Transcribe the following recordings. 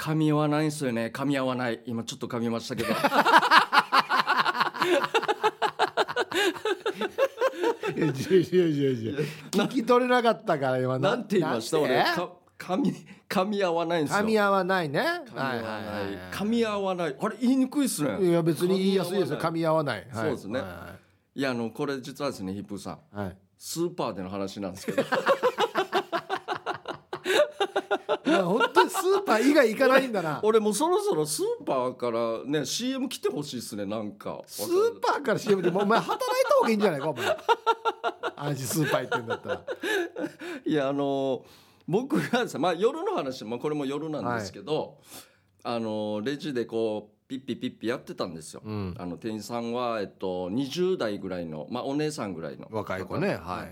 噛み合わないんですよね。噛み合わない。今ちょっと噛みましたけどいや聞き取れなかったから今なんて言いました俺。噛み合わないんですよ。 噛み合わないね。 噛み合わない。あれ言いにくいっすね。 いや別に言いやすいですよ。噛み合わない。 そうですね。いやこれ実はですねヒップーさん、はい、スーパーでの話なんですけど本当にスーパー以外行かないんだな。 俺もうそろそろスーパーからね CM 来てほしいですね。なんかスーパーから CM でもうお前働いた方がいいんじゃないかお前安心スーパー行ってんだったらいや僕がですね、まあ夜の話、まあ、これも夜なんですけど、はい、レジでこうピッピピッピやってたんですよ、うん、店員さんは、20代ぐらいの、まあ、お姉さんぐらいの若い子ね、はい、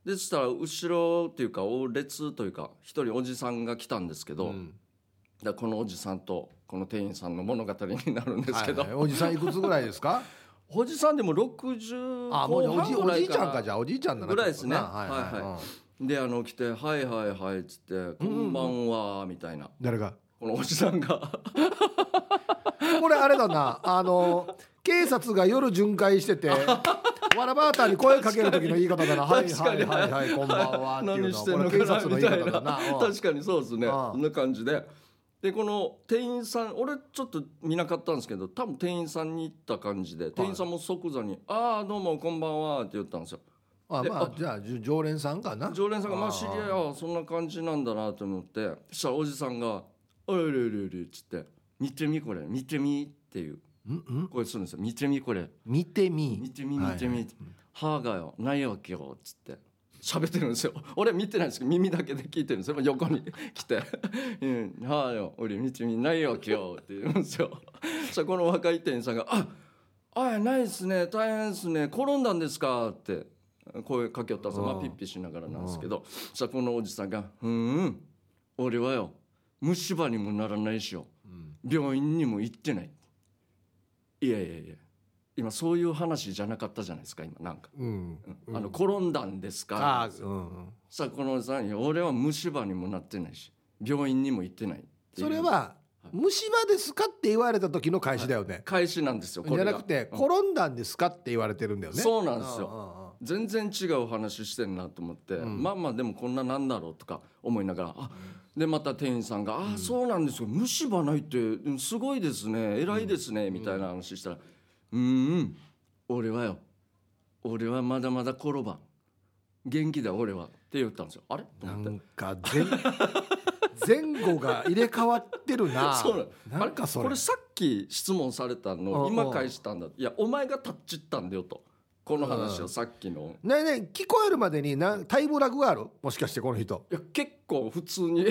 でそしたら後ろっていうか列というか一人おじさんが来たんですけど、うん、だこのおじさんとこの店員さんの物語になるんですけど、 はいはい、おじさんいくつぐらいですかおじさんでも60後半ぐらいかな。 おじいちゃんか。じゃあおじいちゃんだなぐらいですね。 はいはいはい、で来てはいはいはいっつってこんばんはみたいな。 誰がこのおじさんがこれあれだな警察が夜巡回しててわらバーターに声かける時の言い方だなはいはいはいはいこんばんはっていうのはこれ警察の言い方だな確かにそうですね。そんな感じでこの店員さん俺ちょっと見なかったんですけど多分店員さんに行った感じで、はい、店員さんも即座にああどうもこんばんはって言ったんですよ。 まあじゃあ常連さんかな。 常連さんがまあ知り合いそんな感じなんだなと思ってそしたらおじさんがおいおいおいおいっつって見てみこれ見てみっていう声するんですよ。見てみこれ見てみ見てみ見てみ、はいはい、歯がよないわけよっつって喋ってるんですよ。俺見てないんですけど耳だけで聞いてるんですよ。横に来て歯よ俺見てみないわけよって言うんですよ。そしたらこの若い店員さんがないですね大変ですね転んだんですかって声かけよったんですよ。まあピッピしながらなんですけどそしたらこのおじさんが俺はよ虫歯にもならないしよ、病院にも行ってない。いや今そういう話じゃなかったじゃないですか今なんか、転んだんですか。さあこのおじさん俺は虫歯にもなってないし病院にも行ってないっていう。 それは虫歯ですかって言われた時の返しだよね、はい、 返しなんですよこれが。 じゃなくて転んだんですかって言われてるんだよね。 そうなんですよ。全然違う話してんなと思って、まあでもこんななんだろうとか思いながらでまた店員さんがそうなんですよ虫歯ないってすごいですね偉いですね、みたいな話したら俺はまだまだ転ばん元気だ俺はって言ったんですよ。あれなんか前後が入れ替わってるな。 そうなんかそれこれさっき質問されたの今返したんだ。いやお前がタッチったんだよとこの話をさっきのねえねえ聞こえるまでにタイムラグがあるもしかしてこの人。 いや結構普通に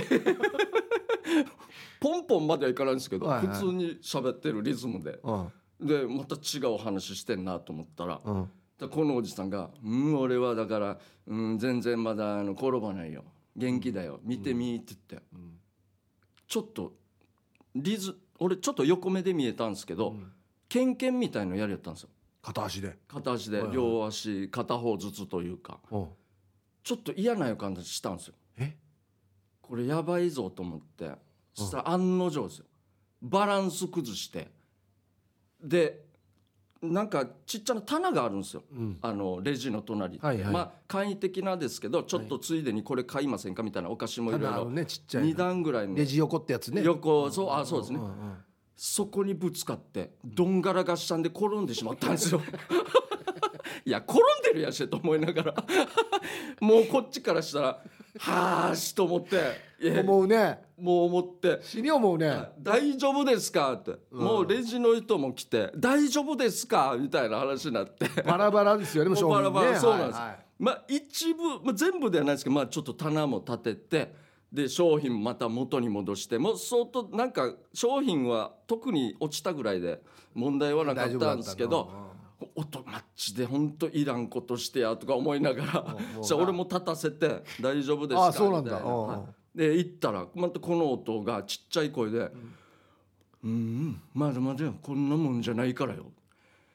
ポンポンまではいかないんですけど、普通に喋ってるリズムで、でまた違う話してんなと思ったら、このおじさんが俺はだから全然まだ転ばないよ元気だよ見てみって言って、ちょっと俺ちょっと横目で見えたんですけど、ケンケンみたいのやりやったんですよ。片足で両足片方ずつというか、ちょっと嫌な予感がしたんですよ。これやばいぞと思って、そしたら案の定ですよバランス崩してでなんかちっちゃな棚があるんですよ、レジの隣、まあ簡易的なですけどちょっとついでにこれ買いませんかみたいなお菓子もいろいろ2段ぐらいのレジ横ってやつね。 横そうですね、そこにぶつかってどんがらがっしゃんで転んでしまったんですよいや転んでるやしと思いながらもうこっちからしたらはーしと思って思うね。 もう思って死に思うね。 大丈夫ですかって、もうレジの人も来て大丈夫ですかみたいな話になってバラバラですよね。 もうバラバラ、そうなんです、まあ一部、全部ではないですけど、まあちょっと棚も立ててで商品また元に戻しても相当なんか商品は特に落ちたぐらいで問題はなかったんですけど、音マッチで本当いらんことしてやとか思いながらじゃあ俺も立たせて大丈夫ですかみたいなで行ったらまたこの音がちっちゃい声でまだまだよこんなもんじゃないからよ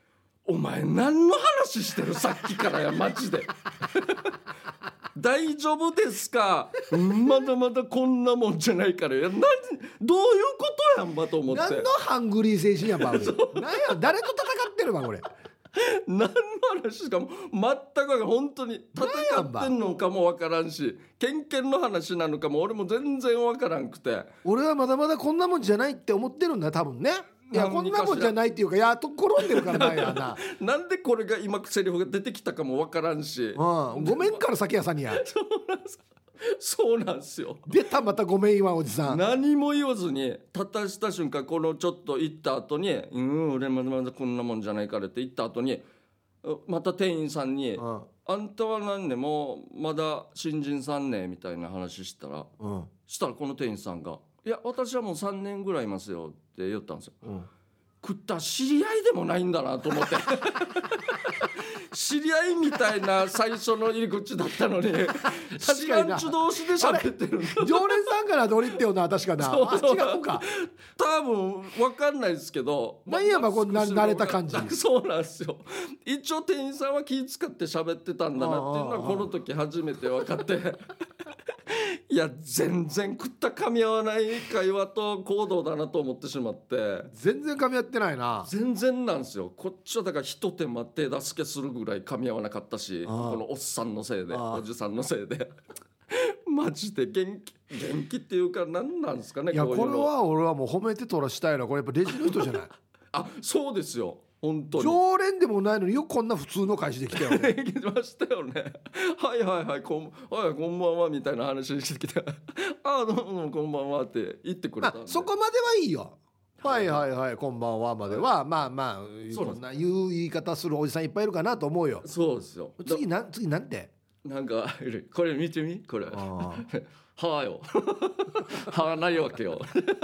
お前何の話してるさっきからやマジで大丈夫ですか、まだまだこんなもんじゃないからどういうことやんばと思って、 何のハングリー精神やば何や誰と戦ってるわこれ何の話かも全く本当に戦ってんのかもわからんしケンケンの話なのかも俺も全然わからんくて、 俺はまだまだこんなもんじゃないって思ってるんだ多分ね。いやこんなもんじゃないっていうかやっと転んでるからなやななんでこれが今セリフが出てきたかもわからんし、 ごめんから酒屋さんにやそうなんですよ。 出たまたごめん今おじさん何も言わずに立たした瞬間このちょっと行った後に俺まだまだこんなもんじゃないからって言った後にまた店員さんにあんたは何年もまだ新人さんねみたいな話したらこの店員さんがいや私はもう3年ぐらいいますよって言ったんですよ、食った知り合いでもないんだなと思って知り合いみたいな最初の入り口だったのに知らんち同士で喋ってる常連さんからどれ言ってよな確かな違うか多分分かんないですけど何やばこんな慣れた感じそうなんですよ。一応店員さんは気使って喋ってたんだなっていうのはこの時初めて分かっていや全然食った噛み合わない会話と行動だなと思ってしまって全然噛み合ってないな。 全然なんですよ。こっちはだから一手間手助けするぐらい噛み合わなかったしこのおっさんのせいでおじさんのせいでマジで元気っていうか何なんですかね。 いやこれは俺はもう褒めてとらしたいな。これやっぱレジの人じゃないあそうですよ本当に常連でもないのによくこんな普通の返しできたよね来ましたよねはいはいはいこんばんはみたいな話してきてあどうもこんばんはって言ってくれたんでそこまではいいよ。はいはいはいこんばんはまではまあまあこんな言い方するおじさんいっぱいいるかなと思うよ。 そうですよ。 次なんてなんかこれ見てみこれはよはないわけよ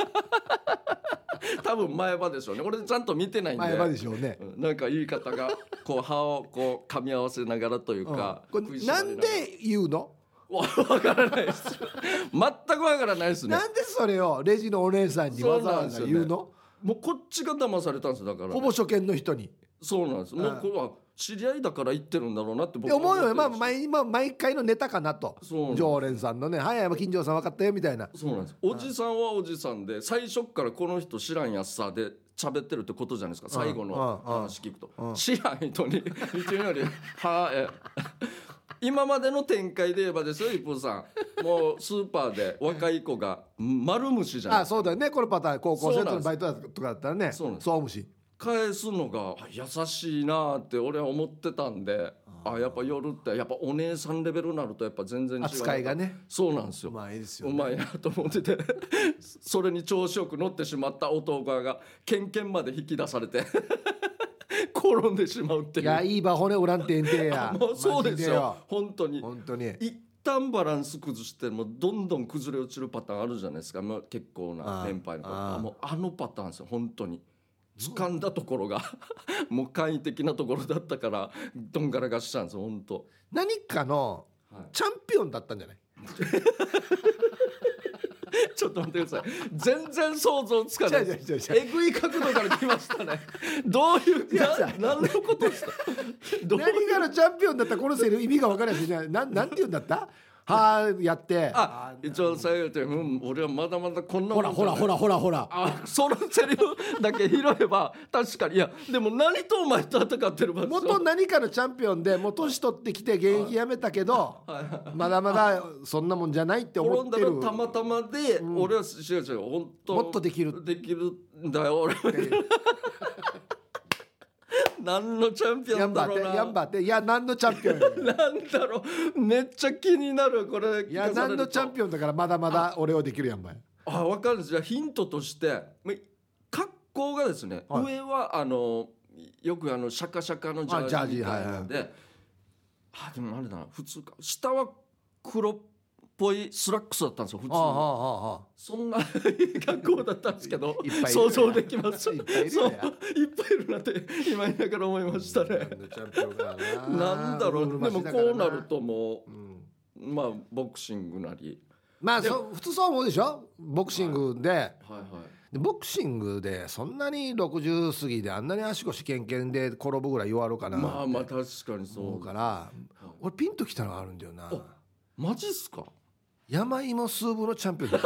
多分前歯でしょうね。俺ちゃんと見てないんで前歯でしょうね。 なんか言い方がこう歯をこう噛み合わせながらというか、 これなんで言うのわからないです全くわからないですね。 なんでそれをレジのお姉さんにわざわざ言うの。 もうこっちが騙されたんですだから、 ほぼ初見の人に。 そうなんです、もうこれは知り合いだから言ってるんだろうなって僕は思うよ。まあ毎回のネタかなと。常連さんのねはい金城さん分かったよみたいな。 そうなんです。おじさんはおじさんで最初からこの人知らんやつさで喋ってるってことじゃないですか。最後の話聞くと知らん人に見てみより今までの展開で言えばですよ一風さんもうスーパーで若い子が丸虫じゃないですか。 そうだよねこのパターン高校生のバイトとかだったらねそう虫返すのが優しいなって俺は思ってたんでやっぱ夜ってやっぱお姉さんレベルになるとやっぱ全然違う扱いがね。 そうなんですよ。 うまいですよね。 うまいなと思っててそれに調子よく乗ってしまった男がケンケンまで引き出されて転んでしまうっていう。 いやいいば骨折らんてんてやもうそうですよ本当に一旦バランス崩してもうどんどん崩れ落ちるパターンあるじゃないですか。結構な年配の方もうパターンですよ本当に。掴んだところがもう簡易的なところだったからどんがらがししたんですよ本当。 何かのチャンピオンだったんじゃないちょっと待ってください全然想像つかないです。えぐい角度から来ましたねどういう何のことですか何かのチャンピオンだったらこのセリフ意味が分からないしなんて言うんだったやって一応最後で俺はまだまだこんなほらそのセリフだけ拾えば確かに。いやでも何とお前と戦ってる場所元何かのチャンピオンでもう年取ってきて現役やめたけどまだまだそんなもんじゃないって思ってる。 転んだらたまたまで俺は違う本当もっとできるんだよ俺何のチャンピオンだろうな。 やんばっていや何のチャンピオンなんだろうめっちゃ気になるこれ。 いや何のチャンピオンだからまだまだ俺をできるやんばい。 分かるんです。じゃあヒントとして格好がですね、上はよくシャカシャカのジャージみたいなのででもあれだな普通か下は黒っぽいスラックスだったんですよ普通に。そんな格好だったんですけど想像できます。いっぱいいるなって今言いながら思いましたねなんだろう。でもこうなるともうボクシングなり普通そう思うでしょボクシングででボクシングでそんなに60過ぎであんなに足腰ケンケンで転ぶぐらい弱るかな。 まあまあ確かにそうから、俺ピンときたのがあるんだよな。 マジっすか。 山芋スープのチャンピオンだ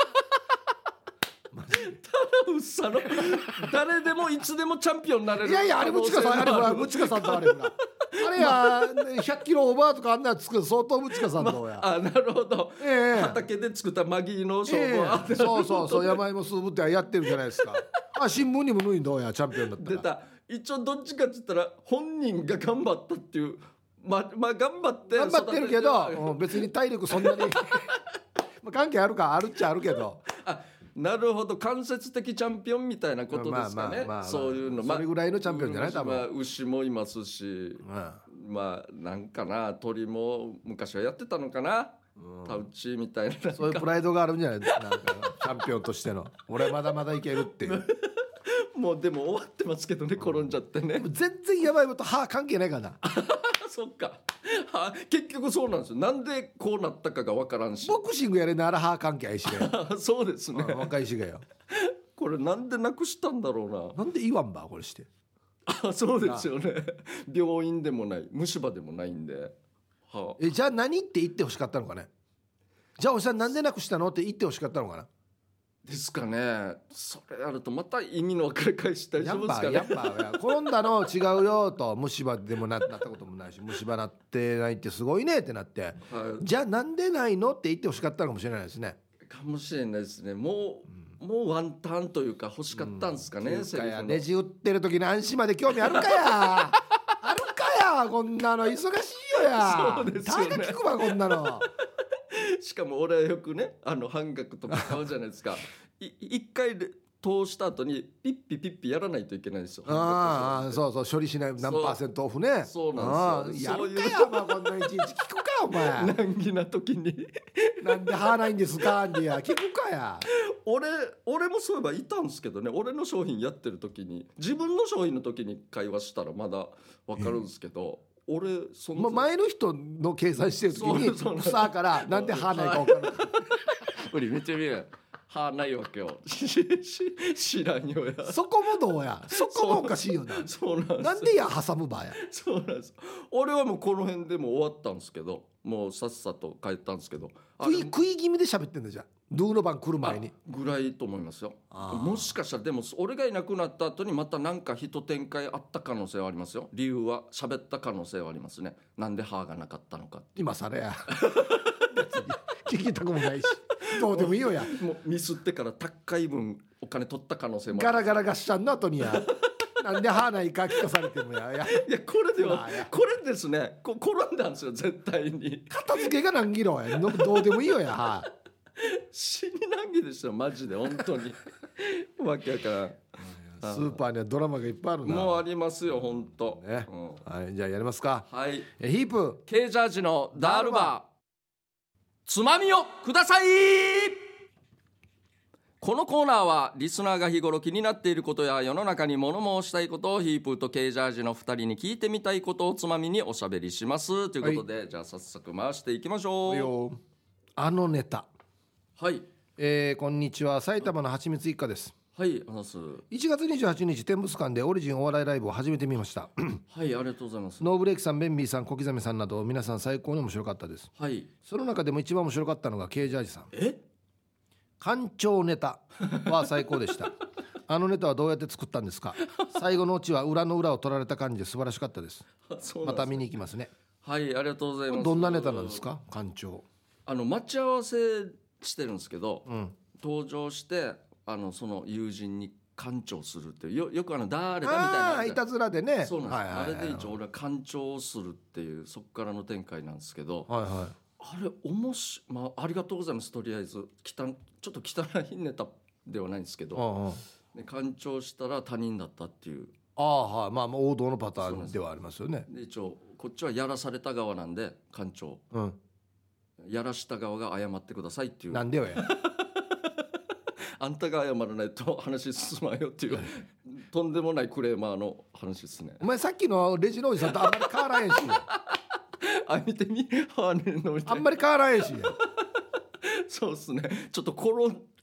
うっさの誰でもいつでもチャンピオンになれる。 いやいや、あれムチカさん、あれほらムチカさんとあれほらあれや100キロオーバーとかあんなつく相当ムチカさんとや、 あ、なるほど、畑で作ったマギーの勝負は、 そうそうそう、山芋スープってやってるじゃないですかあ、新聞にも縫いんどうやチャンピオンだったら。 出た。一応どっちかって言ったら本人が頑張ったっていう、まあ頑張ってるけど、別に体力そんなにまあ関係あるか、あるっちゃあるけど、 あ、なるほど、間接的チャンピオンみたいなことですかね。そういうの、 それぐらいのチャンピオンじゃない多分。 牛もいますし、まあなんかな、鳥も昔はやってたのかな、タウチみたいな、 そういうプライドがあるんじゃない、なんかチャンピオンとしての俺まだまだいけるっていうもうでも終わってますけどね、転んじゃってね。 全然やばいこと歯関係ないからなそっか、結局そうなんですよ。なんでこうなったかが分からんし、 ボクシングやれなら歯関係あいしがそうですね、 若いしがよこれなんでなくしたんだろうな。 なんで言わんばこれして。 そうですよね病院でもない、虫歯でもないんで、 じゃあ何って言ってほしかったのかね。じゃあおじさんなんでなくしたのって言ってほしかったのかなですかね。それやるとまた意味の分かり返したりしますかね。 やっぱ転んだの違うよと、虫歯でも なったこともないし、虫歯なってないってすごいねってなって、じゃあなんでないのって言ってほしかったのかもしれないですね。 かもしれないですね。もうワンタンというか欲しかったんですかね、 レジ売ってる時に安心まで興味あるかやあるかや、こんなの忙しいよや。 そうですよね、 誰が聞くわこんなのしかも俺はよくね、半額とか買うじゃないですか一回で通した後にピッピピッピやらないといけないんですよ。 そうそう、処理しない何%オフね。 そうなんですよ。 やるかや、まあ、こんないちいち聞くかお前難儀な時になんで歯ないんですかんでや聞くかや。 俺もそういえばいたんですけどね、俺の商品やってる時に、自分の商品の時に会話したらまだ分かるんですけど、俺前の人の計算してる時に草からなんで歯ないか分かる俺見てみる、歯ないわけよ知らんよや。 そこもどうや、そこもおかしいよなそうなんです。 なんでや挟む場や。 そうなんです。俺はもうこの辺でもう終わったんですけど、もうさっさと帰ったんですけど、 食い気味で喋ってんだじゃん、ドゥの番来る前にぐらいと思いますよ。もしかしたらでも俺がいなくなった後にまた何か一展開あった可能性はありますよ。理由は喋った可能性はありますね。なんで歯がなかったのか今更や別に聞きたくもないしどうでもいいよや。 もうミスってから高い分お金取った可能性もある。 ガラガラガッシャンの後にやなんで歯ないか聞かされてもや。 いやこれではこれですね、転んだんですよ絶対に。 片付けが難儀ろやどうでもいいよや死に難儀でしたよマジで本当にわけやからスーパーにはドラマがいっぱいあるな。 もうありますよ本当ね、はい、じゃあやりますか。 はい、 ヒープ K ジャージのダールバーつまみをください。このコーナーはリスナーが日頃気になっていることや世の中に物申したいことをヒープーと K ジャージの2人に聞いてみたいことをつまみにおしゃべりしますということで、はい、じゃあ早速回していきましょう。ネタ。 はい、 こんにちは、埼玉のはちみつ一家です。 はい、1 月28日天物館でオリジンお笑いライブを初めて見ましたはい、ありがとうございます。 ノーブレイクさん、ベンビーさん、小刻みさんなど皆さん最高に面白かったです。 はい、 その中でも一番面白かったのが K ジャージさん。館長ネタは最高でしたネタはどうやって作ったんですか。最後のオチは裏の裏を取られた感じで素晴らしかったです。また見に行きますね。 はい、ありがとうございます。 どんなネタなんですか館長。 待ち合わせしてるんですけど、登場してその友人に館長するっていう、よく誰だみたいな、 いたずらでね。 そうなんです、あれで一応俺は館長をするっていう、そこからの展開なんですけど、あれありがとうございます。とりあえずちょっと汚いネタではないんですけど、館長したら他人だったっていう。 まあ王道のパターンではありますよね。 で一応こっちはやらされた側なんで館長、やらした側が謝ってくださいっていう。 なんでよやあんたが謝らないと話進まよっていうとんでもないクレーマーの話ですね。 お前さっきのレジのおじさんとあんまり変わらへんし見てみ、 あんまり変わらへんしそうですね、ちょっと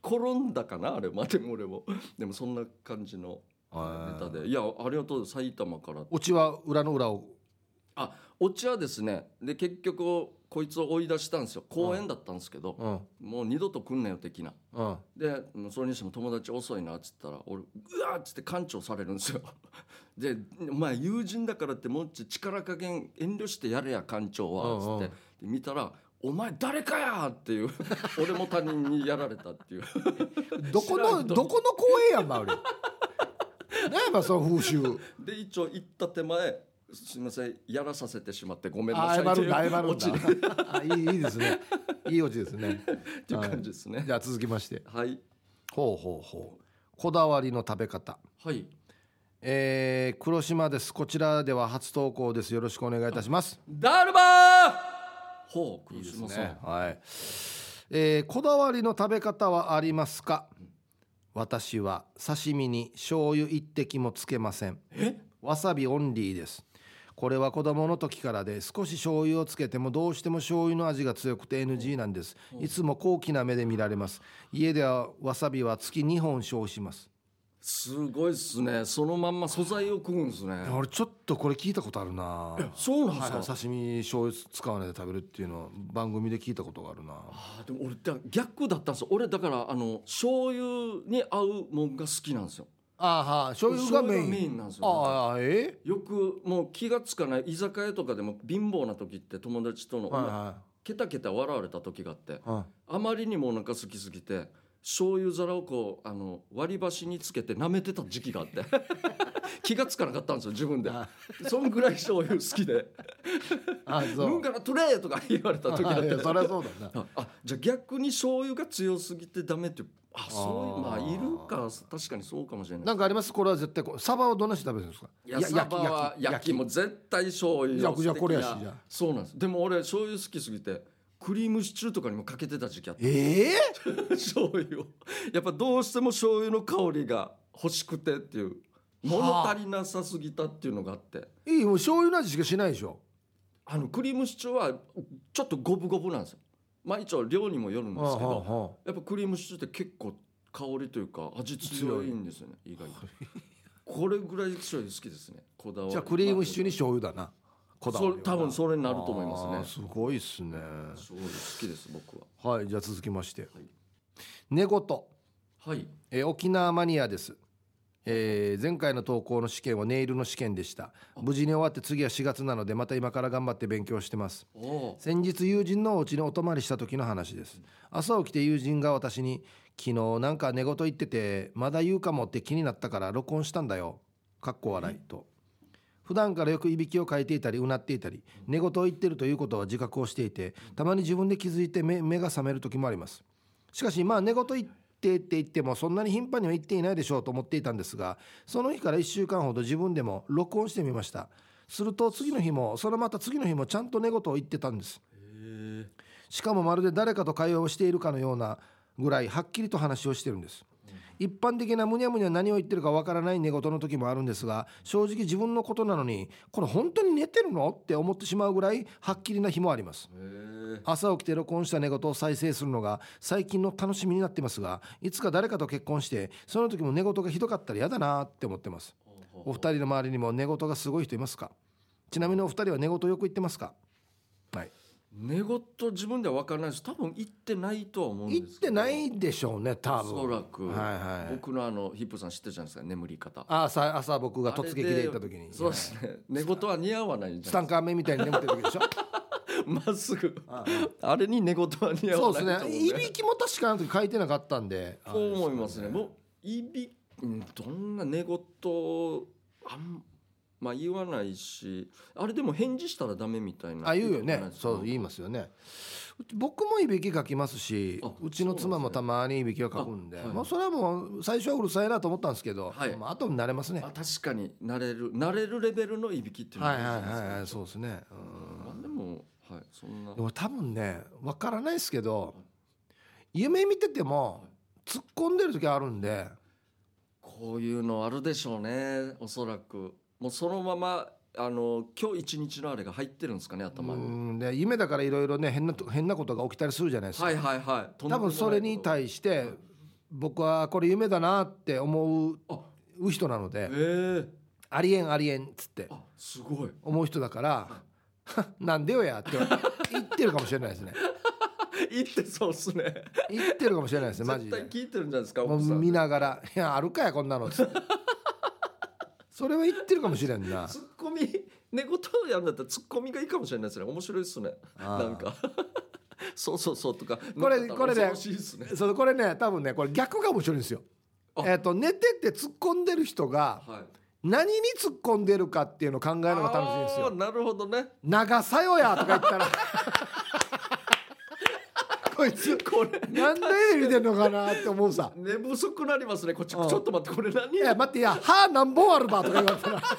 転んだかなあれ。まあでも俺もでもそんな感じのネタで、いやありがとう。埼玉から。 オチは裏の裏を。 オチはですね、で結局こいつを追い出したんですよ。公園だったんですけど、もう二度と来んなよ的な、でそれにしても友達遅いなっつったら俺うわーっつって館長されるんですよでお前友人だからってもう力加減遠慮してやれや館長はっつって、で見たらお前誰かやっていう俺も他人にやられたっていうどこの公園やんば俺ねえばその風習で一応行った手前すみませんやらさせてしまってごめんなさい謝るんだいいですね。いいオチですねっていう感じですね。 じゃあ続きまして、 はいほうこだわりの食べ方。 はい、 黒島です。こちらでは初投稿です。よろしくお願いいたします。 だるまーほう黒島さん、 はい、こだわりの食べ方はありますか？私は刺身に醤油一滴もつけません。わさびオンリーです。これは子供の時からで、少し醤油をつけてもどうしても醤油の味が強くて NG なんです。いつも高貴な目で見られます。家ではわさびは月2本消費します。 すごいっすね。そのまんま素材を食うんですね。 俺ちょっとこれ聞いたことあるな。 そうなんですか？ 刺身醤油使わないで食べるっていうのは番組で聞いたことがあるな。 でも俺逆だったんですよ。俺だから醤油に合うもんが好きなんですよ。 醤油がメインなんですよ。 よくもう気がつかない居酒屋とかでも貧乏な時って友達との、ケタケタ笑われた時があって、あまりにもお腹空きすぎて醤油皿をこう割り箸につけて舐めてた時期があって気がつかなかったんですよ自分で。そんぐらい醤油好きで飲んから取れとか言われた時があって、 そりゃそうだな。 じゃあ逆に醤油が強すぎてダメっていう、そういういるか。確かにそうかもしれない。 なんかあります？これは絶対サバはどんなし食べるんですか？ サバは焼きも絶対醤油。 じゃあこれやしじゃそうなんです。でも俺醤油好きすぎてクリームシチューとかにもかけてた時期あった。醤油をやっぱどうしても醤油の香りが欲しくてっていう、物足りなさすぎたっていうのがあって。 もう醤油の味しかしないでしょ。 クリームシチューはちょっとゴブゴブなんですよ。まあ一応量にもよるんですけど、やっぱクリームシチューって結構香りというか味強いんですよね意外とこれぐらい醤油好きですね。こだわり。じゃあクリームシチューに醤油だな。 多分それになると思いますね。すごいっすね。 醤油好きです僕は。はい、じゃあ続きまして、寝言。 はい、 沖縄マニアです。前回の投稿の試験はネイルの試験でした。無事に終わって次は4月なのでまた今から頑張って勉強してます。先日友人のお家にお泊まりした時の話です。朝起きて友人が私に昨日なんか寝言言っててまだ言うかもって気になったから録音したんだよかっこ笑いと。普段からよくいびきをかいていたりうなっていたり寝言を言ってるということは自覚をしていて、たまに自分で気づいて 目が覚める時もあります。しかし寝言言って言ってもそんなに頻繁には言っていないでしょうと思っていたんですが、その日から1週間ほど自分でも録音してみました。すると次の日もまた次の日もちゃんと寝言を言ってたんです。しかもまるで誰かと会話をしているかのようなぐらいはっきりと話をしてるんです。一般的なむにゃむにゃ何を言ってるかわからない寝言の時もあるんですが、正直自分のことなのにこれ本当に寝てるのって思ってしまうぐらいはっきりな日もあります。朝起きて録音した寝言を再生するのが最近の楽しみになってますが、いつか誰かと結婚してその時も寝言がひどかったら嫌だなって思ってます。お二人の周りにも寝言がすごい人いますか？ちなみにお二人は寝言よく言ってますか？はい。 寝言自分では分からないです。多分言ってないとは思うんですけど。 言ってないでしょうね多分。 おそらく、僕のヒップさん知ってるじゃないですか、眠り方。 朝僕が突撃で行った時に。 そうですね、寝言は似合わないんじゃないですか。 ツタンカーメンみたいに眠ってる時でしょまっすぐあれに寝言は似合わないと思う。 そうですね。いびきも確かな時書いてなかったんで。 そう思いますね。もうどんな寝言言わないし、あれでも返事したらダメみたいな。 言うよね。そう言いますよね。僕もいびきかきますし、うちの妻もたまにいびきをかくんで、それはもう最初はうるさいなと思ったんですけど、あと慣れますね。 確かに慣れるレベルのいびきっていうのはそうですね。 でもそんな。 でも多分ねわからないですけど、夢見てても突っ込んでる時あるんで、 こういうのあるでしょうねおそらく。もうそのまま今日一日のあれが入ってるんですかね頭に。 で夢だからいろいろね変なことが起きたりするじゃないですか。多分それに対して僕はこれ夢だなって思う人なので、ありえんありえんっつってすごい思う人だからなんでよやって言ってるかもしれないですね。 言ってそうっすね。 言ってるかもしれないですね、マジで。 絶対聞いてるんじゃないですか、 もう見ながらいやあるかやこんなのっつってそれは言ってるかもしれんな。 ツッコミ寝言やるんだったらツッコミがいいかもしれないですね。面白いですね。なんかそうそうそうとかこれねこれね多分ねこれ逆が面白いんですよ。寝てて突っ込んでる人が何に突っ込んでるかっていうのを考えるのが楽しいんですよ。 なるほどね。 長さよやとか言ったらこいつこれ何の絵見てんのかなって思うさ。 寝不足なりますねこっち。ちょっと待ってこれ何。 いや待って、いや歯何本あるばとか言われたら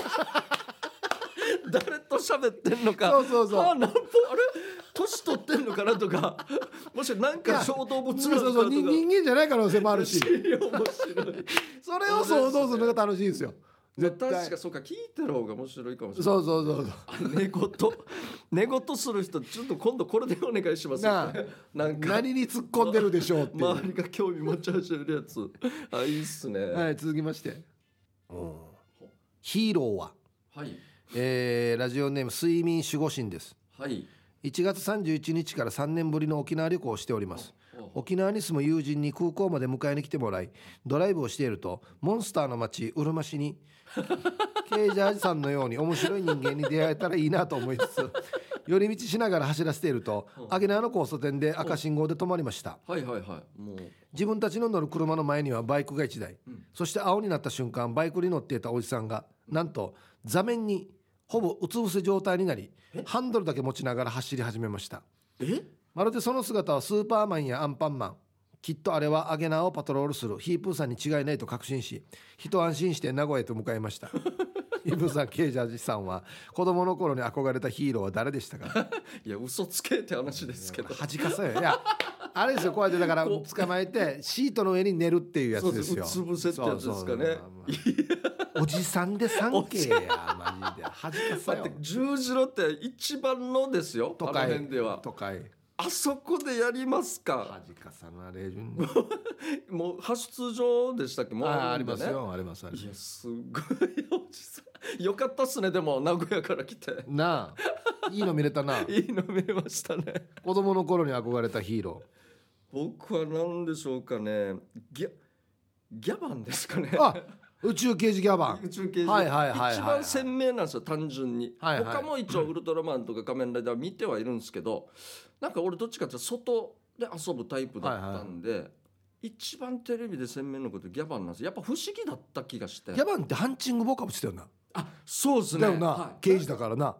誰と喋ってんのか。 そう歯何本あれ年取ってんのかなとか、もしなんか小動物なのかとか、 人間じゃない可能性もあるし面白いそれを想像するのが楽しいんですよ。 絶対確かそうか、聞いてる方が面白いかもしれない。 そう寝言する人ちょっと今度これでお願いしますなあなんか何に突っ込んでるでしょうっていう周りが興味持ち始めるやついいっすね。 はい、続きまして、ヒーローは、 はい、 ラジオネーム睡眠守護神です。 はい、 1月31日から3年ぶりの沖縄旅行をしております。沖縄に住む友人に空港まで迎えに来てもらいドライブをしていると、モンスターの街うるま市にケイジャージさんのように面白い人間に出会えたらいいなと思いつつ寄り道しながら走らせていると、アゲナの交差点で赤信号で止まりました。 はいはいはい。もう自分たちの乗る車の前にはバイクが1台、そして青になった瞬間バイクに乗っていたおじさんがなんと座面にほぼうつ伏せ状態になり、ハンドルだけ持ちながら走り始めました。まるでその姿はスーパーマンやアンパンマン、きっとあれはアゲナをパトロールするヒープーさんに違いないと確信し、一安心して名古屋へと向かいましたヒープーさん、ケイジャージさんは子供の頃に憧れたヒーローは誰でしたか。 いや嘘つけって話ですけど、 恥かさよ。いやあれですよ、こうやってだから捕まえてシートの上に寝るっていうやつですよ。 うつ伏せってやつですかね。 おじさんで 3K やマジで恥かさよ。 だって十字路って一番のですよ、 都会、 あの辺では都会、 あそこでやりますか。 恥かさなレジュンもう派出所でしたっけ。もうありますよ、あります。 いやすごいおじさんよかったっすね。でも名古屋から来てなあ、いいの見れたな。 いいの見れましたね。 子供の頃に憧れたヒーロー、 僕は何でしょうかね。ギャバンですかね。 宇宙刑事ギャバン。 宇宙刑事、 はいはいはいはい、 一番鮮明なんですよ単純に、 はいはい、 他も一応ウルトラマンとか仮面ライダー見てはいるんですけど、なんか俺どっちかっていうと外で遊ぶタイプだったんで、はいはい、一番テレビで鮮明なことギャバンなんですよ。やっぱ不思議だった気がして。 ギャバンってハンチングボカブしてよな。 そうですね。 だよな、 はい、 刑事だからな。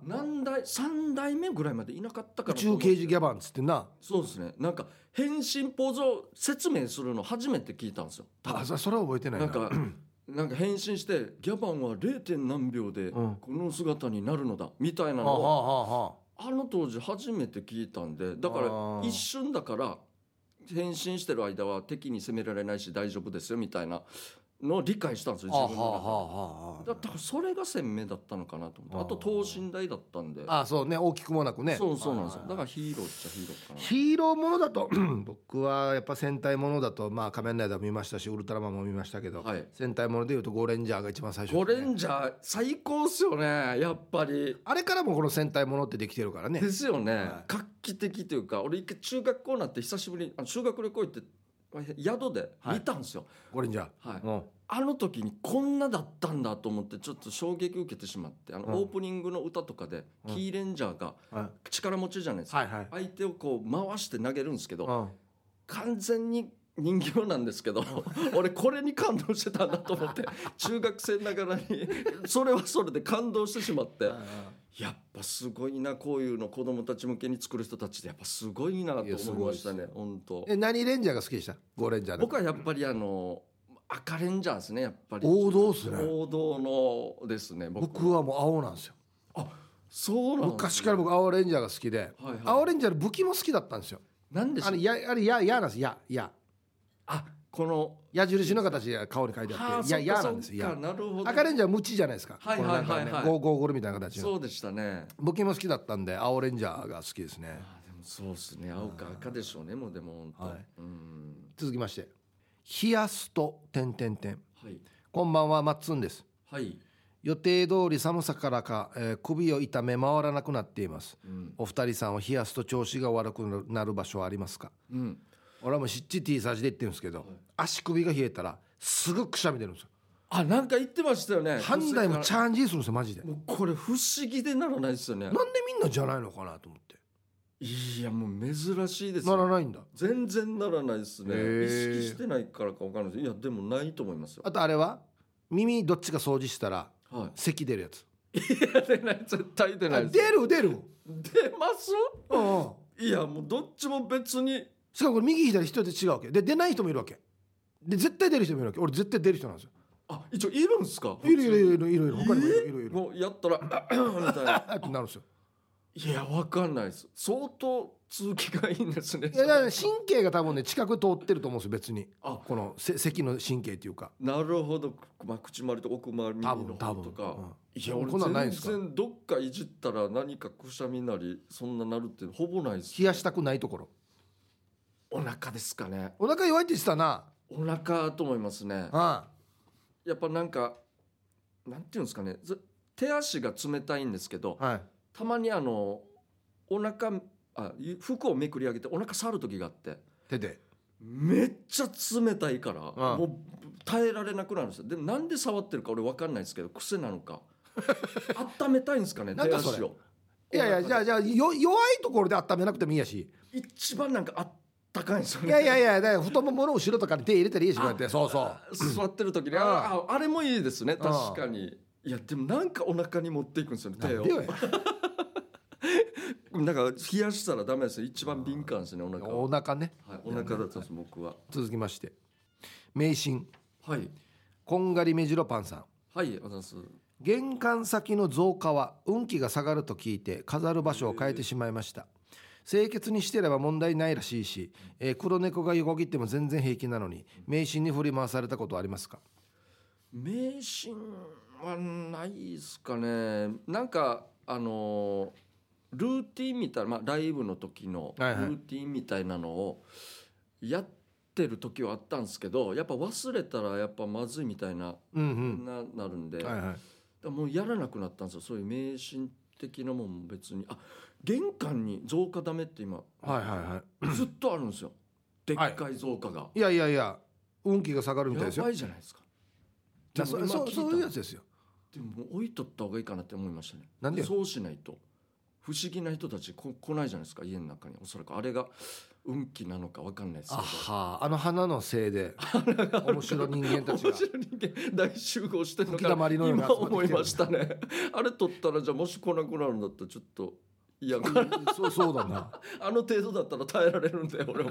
3代目ぐらいまでいなかったから。 宇宙刑事ギャバンっつってな。 そうですね。なんか変身ポーズを説明するの初めて聞いたんですよ。 それは覚えてないな。 なんか変身してギャバンは 0. 何秒でこの姿になるのだみたいなのを、あの当時初めて聞いたんで、だから一瞬だから変身してる間は敵に攻められないし大丈夫ですよみたいなのを理解したんですよ、自分の中で。だからそれが鮮明だったのかなと思って。あと等身大だったんで。 そうね、大きくもなくね。 そうなんですよ。だからヒーローっちゃヒーローかな。 ヒーローものだと僕はやっぱ戦隊ものだと、仮面ライダーも見ましたしウルトラマンも見ましたけど、はい、戦隊ものでいうとゴーレンジャーが一番最初、 ゴーレンジャー最高っすよね。やっぱりあれからもこの戦隊ものってできてるからね。 ですよね、はい、画期的というか。俺一回中学校になって久しぶりに修学旅行行って宿で見たんですよ、 ゴーレンジャー、 はい、あの時にこんなだったんだと思ってちょっと衝撃受けてしまって、オープニングの歌とかで、キーレンジャーが力持ちじゃないですか、相手をこう回して投げるんですけど、完全に人形なんですけど俺これに感動してたんだと思って中学生ながらにそれはそれで感動してしまってやっぱすごいな、こういうの子供たち向けに作る人たちでやっぱすごいなと思いましたね。本当。 何レンジャーが好きでした？ゴーレンジャー。 僕はやっぱり赤レンジャーですね。やっぱり王道ですね。 王道のですね。 僕はもう青なんですよ。 そうなんですね。 昔から僕青レンジャーが好きで、青レンジャーの武器も好きだったんですよ。 なんでしょう。 あれ矢なんです。矢この矢印の形が顔に書いてあって矢なんですよ。 なるほど。 赤レンジャーはムチじゃないですか。 はいはいはいはい。 ゴーゴーゴルみたいな形の。 そうでしたね。 武器も好きだったんで青レンジャーが好きですね。 でもそうですね。青か赤でしょうね。もうでも本当。 続きまして、 冷やすと点々点。 はい。 こんばんは、マッツンです。 はい。 予定通り寒さからか、首を痛め回らなくなっています、お二人さんは冷やすと調子が悪くなる場所はありますか？俺はもうしっち T サージで言ってるんですけど、足首が冷えたらすぐくしゃみ出るんですよ。 なんか言ってましたよね。 判断もチャーンジーするんですよマジで。 もうこれ不思議でならないですよね。 なんでみんなじゃないのかなと思って。 いやもう珍しいですならないんだ。 全然ならないですね。意識してないからか分からないです。いやでもないと思いますよ。 あとあれは耳どっちか掃除したら、咳出るやつ。 いや出ない、絶対出ないです。 出る出ます。いやもうどっちも別に。 しかもこれ右左人で違うわけで、出ない人もいるわけで、絶対出る人もいるわけ。俺絶対出る人なんですよ。 一応いるんですか？ いる他にもいる。 もうやったらみたいなってなるんですよ。 いや分かんないです。相当通気がいいんですね。 いやだから神経が多分ね近く通ってると思うんですよ別に。この咳の神経っていうか。 なるほど、口周りと奥周りの方とか。いや俺全然どっかいじったら何かくしゃみなりそんななるってほぼないです。 冷やしたくないところ。 お腹ですかね。 お腹弱いって言ってたな。 お腹と思いますね。やっぱなんかなんていうんですかね、手足が冷たいんですけど、たまにお腹服をめくり上げてお腹触る時があって、 手でめっちゃ冷たいから、もう耐えられなくなるんですよ。でもなんで触ってるか俺分かんないですけど、癖なのか温めたいんですかね手足を。 いやじゃあ弱いところで温めなくてもいいやし、 一番なんかあったかいんですよね。 いやだから太ももの後ろとかに手入れたらいいし、こうやって。そう座ってる時にあれもいいですね確かに。いやでもなんかお腹に持っていくんですよね手を。なんか冷やしたらダメですよ。一番敏感ですねお腹。 お腹ね。 お腹だったんです僕は。 続きまして迷信。 はいこんがりめじろパンさん。 はいありがとうございます。 玄関先の増加は運気が下がると聞いて飾る場所を変えてしまいました。清潔にしてれば問題ないらしいし、黒猫が横切っても全然平気なのに迷信に振り回されたことはありますか？ 迷信はないですかね。なんかルーティンみたいな、ライブの時のルーティンみたいなのをやってる時はあったんですけど、やっぱ忘れたらやっぱまずいみたいな、なるんで、もうやらなくなったんですよ。そういう迷信的なもんも別に。玄関に増加ダメって今、ずっとあるんですよ。でっかい増加が。 いや運気が下がるみたいですよ。 やばいじゃないですか。 そういうやつですよ。 でも置いとった方がいいかなって思いましたね。 なんで？ そうしないと不思議な人たち来ないじゃないですか家の中に。おそらくあれが運気なのか分かんないですけど、 花のせいで面白い人間たちが面白い人間大集合してるのか今思いましたね。あれ取ったらじゃあもし来なくなるんだったらちょっと嫌かな。 そうだな程度だったら耐えられるんだよ俺も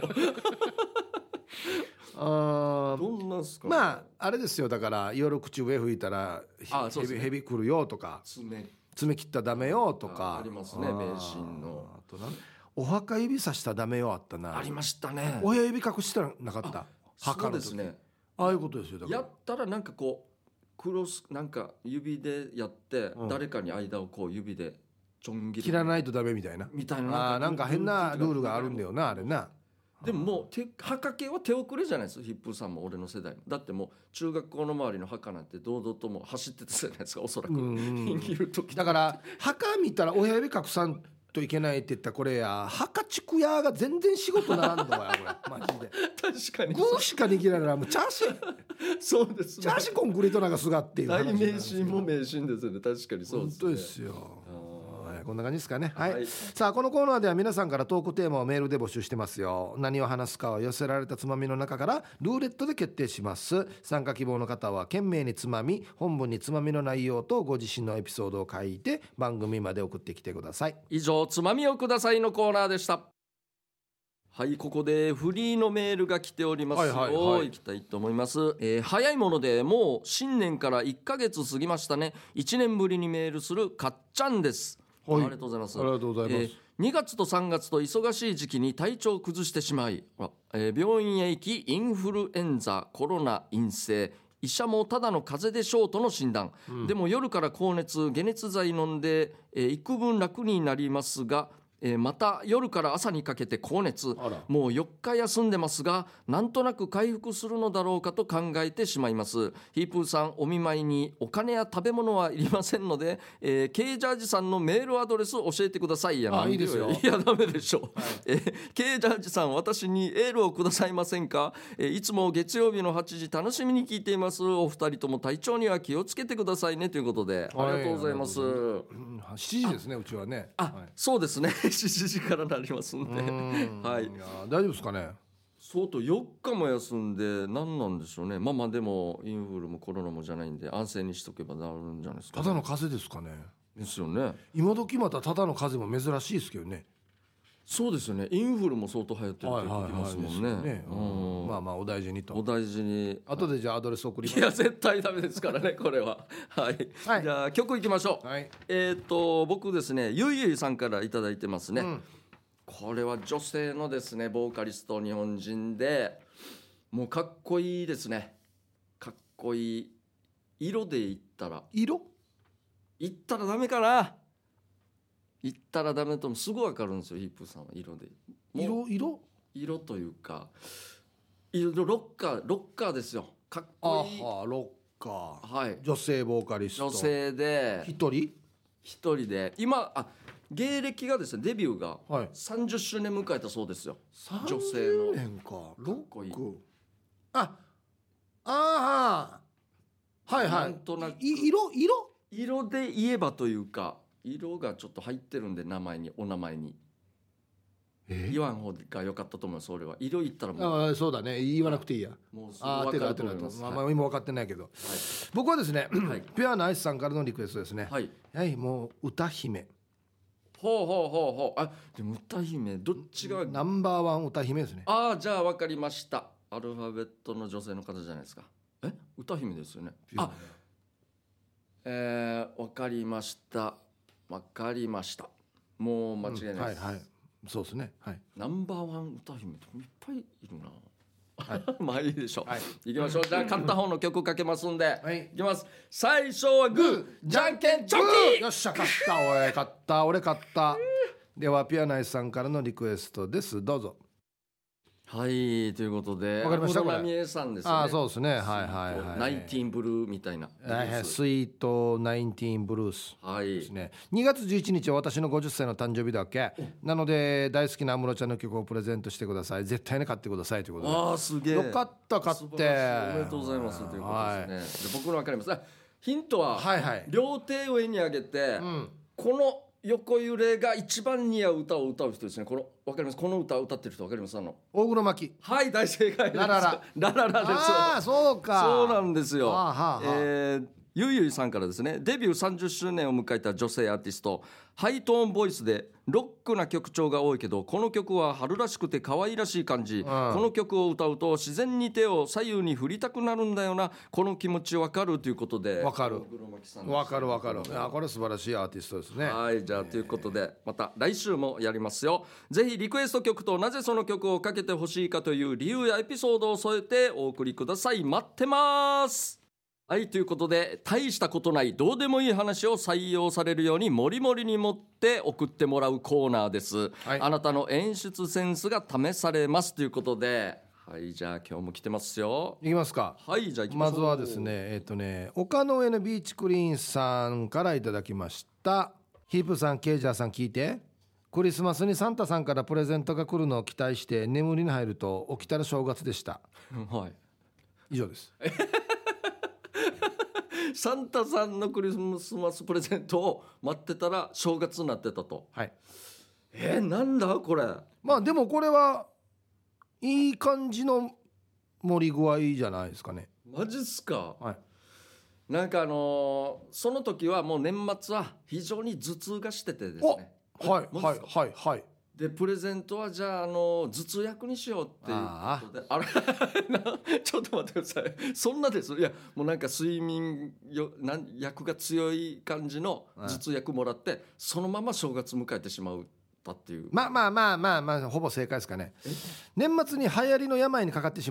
どんなんすか、 あれですよ。だから夜口上吹いたら蛇来るよとか、爪切ったらダメよとかありますね。迷信のあとお墓指さしたらダメよあったな。 ありましたね。 親指隠したらなかった。 墓ですね。 ああいうことですよ。だからやったらなんかこうクロスなんか指でやって、誰かに間をこう指でちょん切る、 切らないとダメみたいななんか変なルールがあるんだよなあれな。 でももう墓系は手遅れじゃないですか。ヒップーさんも俺の世代も。だってもう中学校の周りの墓なんて堂々とも走ってたじゃないですかおそらく。見る時だから墓見たら親指隠さんといけないって言ったらこれや墓地区屋が全然仕事ならんのやこれマジで。 確かにグーしか握られないもうチャーシそうですね。 チャーシコンクリートなんかすがっていう大迷信も迷信ですよね。確かにそうですね。 本当ですよ。こんな感じですかね。さあこのコーナーでは皆さんからトークテーマをメールで募集してますよ。何を話すかは寄せられたつまみの中からルーレットで決定します。参加希望の方は懸命につまみ、本文につまみの内容とご自身のエピソードを書いて番組まで送ってきてください。 以上つまみをくださいのコーナーでした。ここでフリーのメールが来ておりますよ。いきたいと思います。早いものでもう新年から1ヶ月過ぎましたね。1年ぶりにメールするかっちゃんです。ありがとうございます。2月と3月と忙しい時期に体調を崩してしまい、病院へ行きインフルエンザコロナ陰性、医者もただの風邪でしょうとの診断、でも夜から高熱解熱剤飲んで、幾分楽になりますがまた夜から朝にかけて高熱、もう4日休んでますが、なんとなく回復するのだろうかと考えてしまいます。ヒープーさん、お見舞いにお金や食べ物はいりませんので、ケイジャージさんのメールアドレス教えてください。 いいですよ。 いやダメでしょ、ケイジャージさん、私にエールをくださいませんか。いつも月曜日の8時楽しみに聞いています。お二人とも体調には気をつけてくださいね、ということで、ありがとうございます。 7時ですね、うちはね。 そうですね、7時からなりますんで、はい、 いや大丈夫ですかね。 相当4日も休んで何なんでしょうね。まあでもインフルもコロナもじゃないんで安静にしとけばなるんじゃないですか、ね、 ただの風邪ですかね。 ですよね。 今時またただの風邪も珍しいですけどね。 そうですよね。インフルも相当流行ってるって聞きますもんね。 まあまあお大事にと。 お大事に。 後でじゃあアドレス送ります。 いや絶対ダメですからねこれは。はい、はい、じゃあ曲いきましょう。はい、僕ですね、ゆいゆいさんからいただいてますね。これは女性のですねボーカリスト、日本人でもうかっこいいですね。かっこいい。色で言ったら言ったらダメかな。言ったらダメともすぐ分かるんですよ、ヒップさんは。色で色というかロッカーですよ。かっこいい。 ロッカー、はい、女性ボーカリスト、 女性で一人で今芸歴がですね、デビューが30周年迎えたそうですよ。女性の 30年か。 かっこいい。 はいはい。 なんとなく色で言えばというか、色がちょっと入ってるんで、お名前に言わん方が良かったと思います。それは色言ったらもうそうだね、言わなくていいや。もうすぐ分かると思います。今分かってないけど、僕はですね、ピュアなアイスさんからのリクエストですね。はい、もう歌姫。 ほう。でも歌姫どっちがナンバーワン歌姫ですね。 じゃあ分かりました。アルファベットの女性の方じゃないですか。歌姫ですよね。分かりました。もう間違いないです。 はい、そうですね。はい。 ナンバーワン歌姫っていっぱいいるな。まあいいでしょう。行きましょう。じゃあ勝った方の曲かけますんで、いきます。最初はグー、じゃんけんチョキ。 よっしゃ、勝った俺勝った。ではピアナイスさんからのリクエストです。どうぞ。 はい、ということで、 わかりました。 小野さんですね。 そうですね。はい。 ナインティーンブルーみたいな。 スイートナインティーンブルースですね。2月11日は私の50歳の誕生日だっけ。なので大好きな安室ちゃんの曲をプレゼントしてください。絶対に買ってくださいということで。 すげえ。 よかった買って。おめでとうございますということですね。で僕の分かります。ヒントは両手上に上げて、この横揺れが一番似合う歌を歌う人ですね。わかります。この歌を歌ってる人わかります。 大黒摩季。 はい、大正解です。ララです。 そうか。 そうなんですよ。ゆいゆいさんからですね、デビュー30周年を迎えた女性アーティスト、ハイトーンボイスでロックな曲調が多いけど、この曲は春らしくて可愛らしい感じ、この曲を歌うと自然に手を左右に振りたくなるんだよな、この気持ちわかるということで。 わかる。これ素晴らしいアーティストですね。 はい、じゃあということでまた来週もやりますよ。ぜひリクエスト曲となぜその曲をかけてほしいかという理由やエピソードを添えてお送りください。待ってます。はい、ということで大したことないどうでもいい話を採用されるようにもりもりに持って送ってもらうコーナーです、あなたの演出センスが試されますということで、はい、じゃあ今日も来てますよ。 いきますか。 はい、じゃあ行きましょう。 まずはですね丘の上のビーチクリーンさんからいただきました。ヒープさん、ケイジャーさん、聞いて。クリスマスにサンタさんからプレゼントが来るのを期待して眠りに入ると起きたら正月でした。 はい、 以上ですサンタさんのクリスマスプレゼントを待ってたら正月になってたと。 はい。 なんだこれ。 まあでもこれはいい感じの盛り具合じゃないですかね。 マジっすか。 はい。 なんかその時はもう年末は非常に頭痛がしててですね。 はい。 でプレゼントはじゃあ頭痛薬にしようっていうことで、あれちょっと待ってください。そんなです。いやもうなんか睡眠薬が強い感じの頭痛薬もらって、そのまま正月迎えてしまうたっていう。 まあほぼ正解ですかね。年末に流行りの病にかかってし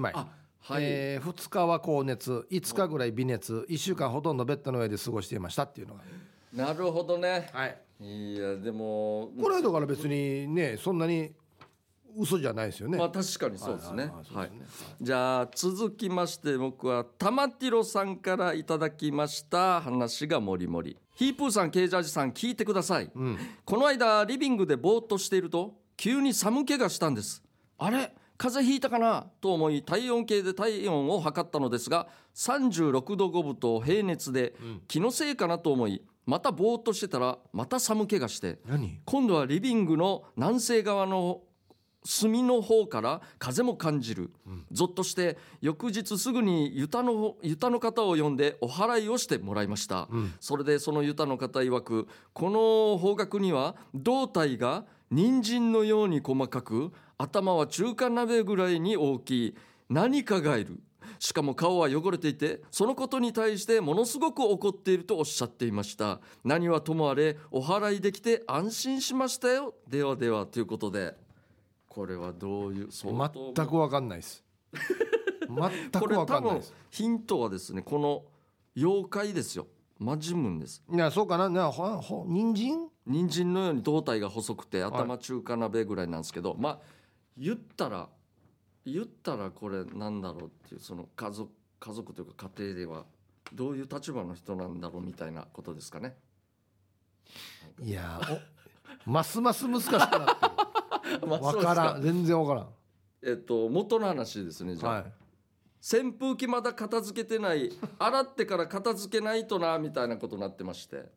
まい、2日は高熱、5日ぐらい微熱、1週間ほとんどベッドの上で過ごしていましたっていうのが。 なるほどね。 はい。 いやでもこれだから別にねそんなに嘘じゃないですよね。 まあ確かにそうですね。 はい。 じゃあ続きまして僕は玉ティロさんからいただきました。話がもりもり。ヒープーさん、ケイジャージさん、聞いてください。この間リビングでぼーっとしていると急に寒気がしたんです。あれ風邪ひいたかなと思い体温計で体温を測ったのですが36度5分と平熱で、気のせいかなと思いまたぼーっとしてたらまた寒気がして、今度はリビングの南西側の隅の方から風も感じる、ゾッとして翌日すぐにユタの方を呼んでお祓いをしてもらいました、それでそのユタの方曰くこの方角には胴体が人参のように細かく頭は中華鍋ぐらいに大きい何かがいる、しかも顔は汚れていてそのことに対してものすごく怒っているとおっしゃっていました。何はともあれお祓いできて安心しましたよ。ではではということでこれはどういう全く分かんないです全く分かんないです。 ヒントはですねこの妖怪ですよ。マジムンです。 いやそうかな人参のように胴体が細くて頭中華鍋ぐらいなんですけど、まあ言ったらこれなんだろうっていうその家族というか家庭ではどういう立場の人なんだろうみたいなことですかね。 いやますます難しくなってる分からん全然分からん。 元の話ですね。じゃあ、扇風機まだ片付けてない洗ってから片付けないとなみたいなことになってまして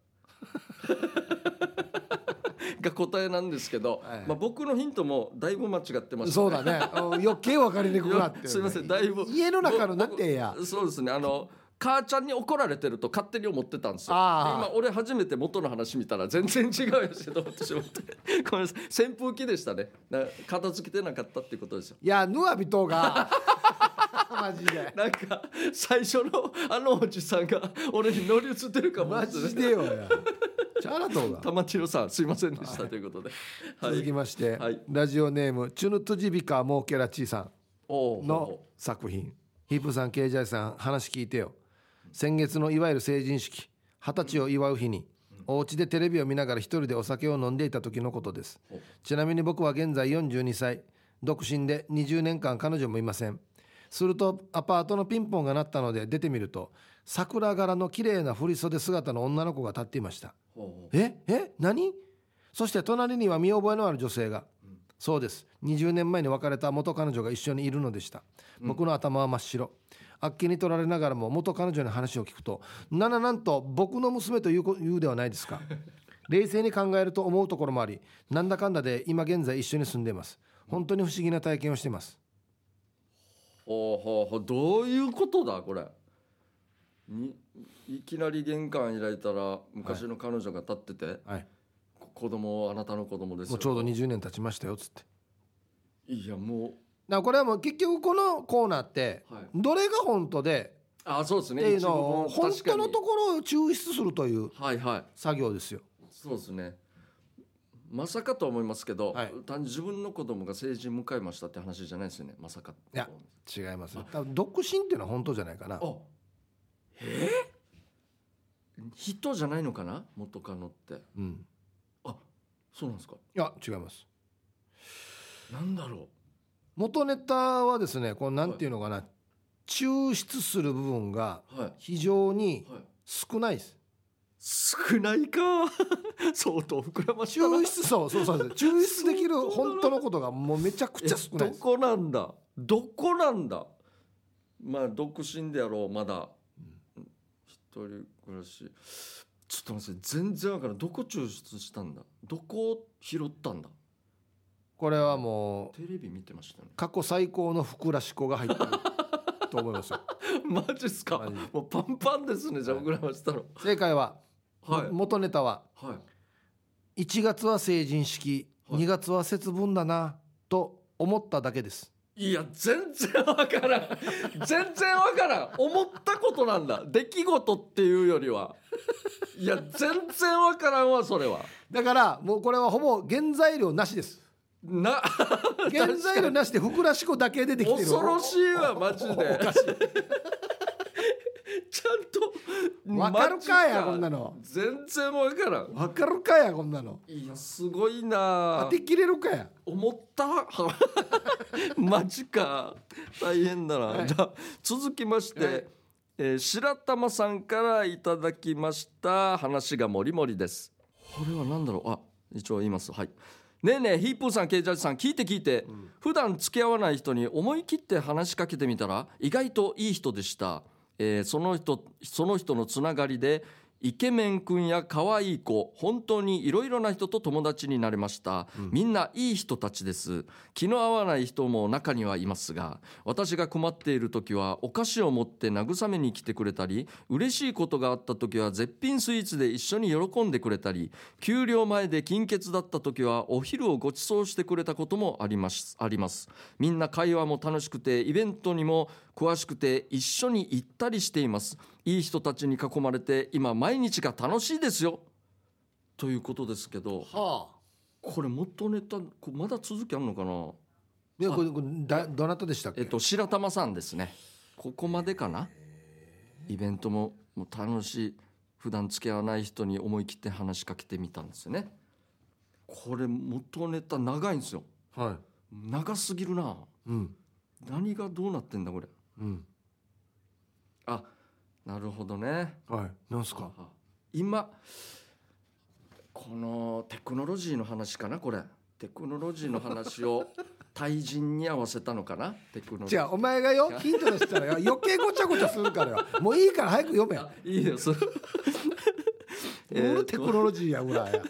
が答えなんですけど、まあ、僕のヒントもだいぶ間違ってましたね。 そうだね余計分かりにくくなってる、ね、 すいませんだいぶ家の中のなんてやそうですね母ちゃんに怒られてると勝手に思ってたんですよ。今俺初めて元の話見たら全然違うやつと思ってしまってごめんなさい扇風機でしたね。片付けてなかったっていうことですよ。 いやヌアビトがマジでなんか最初のおじさんが俺に乗り移ってるかもマジでよやチャラトが玉城さんすいませんでした、ということで、 続きまして、ラジオネームチュヌトジビカモーケラチーさんの作品。ヒープさんケイジャイさん話聞いてよ。先月のいわゆる成人式20歳を祝う日にお家でテレビを見ながら一人でお酒を飲んでいた時のことです。ちなみに僕は現在42歳独身で20年間彼女もいません。するとアパートのピンポンが鳴ったので出てみると桜柄の綺麗な振袖姿の女の子が立っていました。何？そして隣には見覚えのある女性が、そうです20年前に別れた元彼女が一緒にいるのでした。僕の頭は真っ白。あっけに取られながらも元彼女に話を聞くとなんと僕の娘と言うではないですか。冷静に考えると思うところもありなんだかんだで今現在一緒に住んでいます。本当に不思議な体験をしています。 どういうことだこれ。いきなり玄関開いたら昔の彼女が立ってて、子供あなたの子供ですよ、 もうちょうど20年経ちましたよつって。 いやもうこれはもう結局このコーナーってどれが本当で、 そうですね、 っていうのを本当のところを抽出するという作業ですよ。 そうですね。まさかと思いますけど、自分の子供が成人迎えましたって話じゃないですよね。まさか。 いや違います。多分独身っていうのは本当じゃないかな。 人じゃないのかな元カノって。そうなんですか。 いや違います。 なんだろう。 元ネタはですねこうなんていうのかな、抽出する部分が非常に少ないです。 少ないか相当膨らましたな。 そう抽出できる本当のことがもうめちゃくちゃ少ないです。 どこなんだ。まあ独身であろうまだ、一人暮らし。ちょっと待って、全然わからん。どこ抽出したんだ、どこを拾ったんだ。 これはもうテレビ見てましたね。 過去最高のふくらしこが入ってると思いますよ。 マジっすか。もうパンパンですね。じゃあ膨らましたの。 正解は、元ネタは、1月は成人式、2月は節分だなと思っただけです。 いや全然わからん思ったことなんだ。出来事っていうよりはいや全然わからんわそれは。 だからもうこれはほぼ原材料なしです。原材料なしでふくらしこだけ出てきてる。 恐ろしいわマジでちゃんとわかるかやこんなの。 全然わからん。 わかるかやこんなの。 いやすごいな。 当てきれるかや。 思ったマジか大変だな、はい、じゃあ続きまして、白玉さんからいただきました。話がもりもりです。これは何だろう。一応言います。はい。ねえねえヒープーさん、ケイジャージさん、聞いて、普段付き合わない人に思い切って話しかけてみたら意外といい人でした。その人のつながりでイケメン君や可愛い子、本当にいろいろな人と友達になれました、みんないい人たちです。気の合わない人も中にはいますが、私が困っている時はお菓子を持って慰めに来てくれたり、嬉しいことがあった時は絶品スイーツで一緒に喜んでくれたり、給料前で金欠だった時はお昼をご馳走してくれたこともあります。みんな会話も楽しくてイベントにも詳しくて一緒に行ったりしています。いい人たちに囲まれて今毎日が楽しいですよ、ということですけど、これ元ネタまだ続きあるのかな。 いやこれどなたでしたっけ。 白玉さんですね。ここまでかな。イベントも楽しい、普段付き合わない人に思い切って話しかけてみたんですよね。これ元ネタ長いんですよ、はい、長すぎるな、何がどうなってんだこれ、なるほどね。 はい、なんすか。 今このテクノロジーの話かな。これテクノロジーの話を対人に合わせたのかな。テクノロジー。 じゃあお前がよヒント出したらよ余計ごちゃごちゃするからよ。もういいから早く読め。 いいよそれテクノロジーやぐらいや。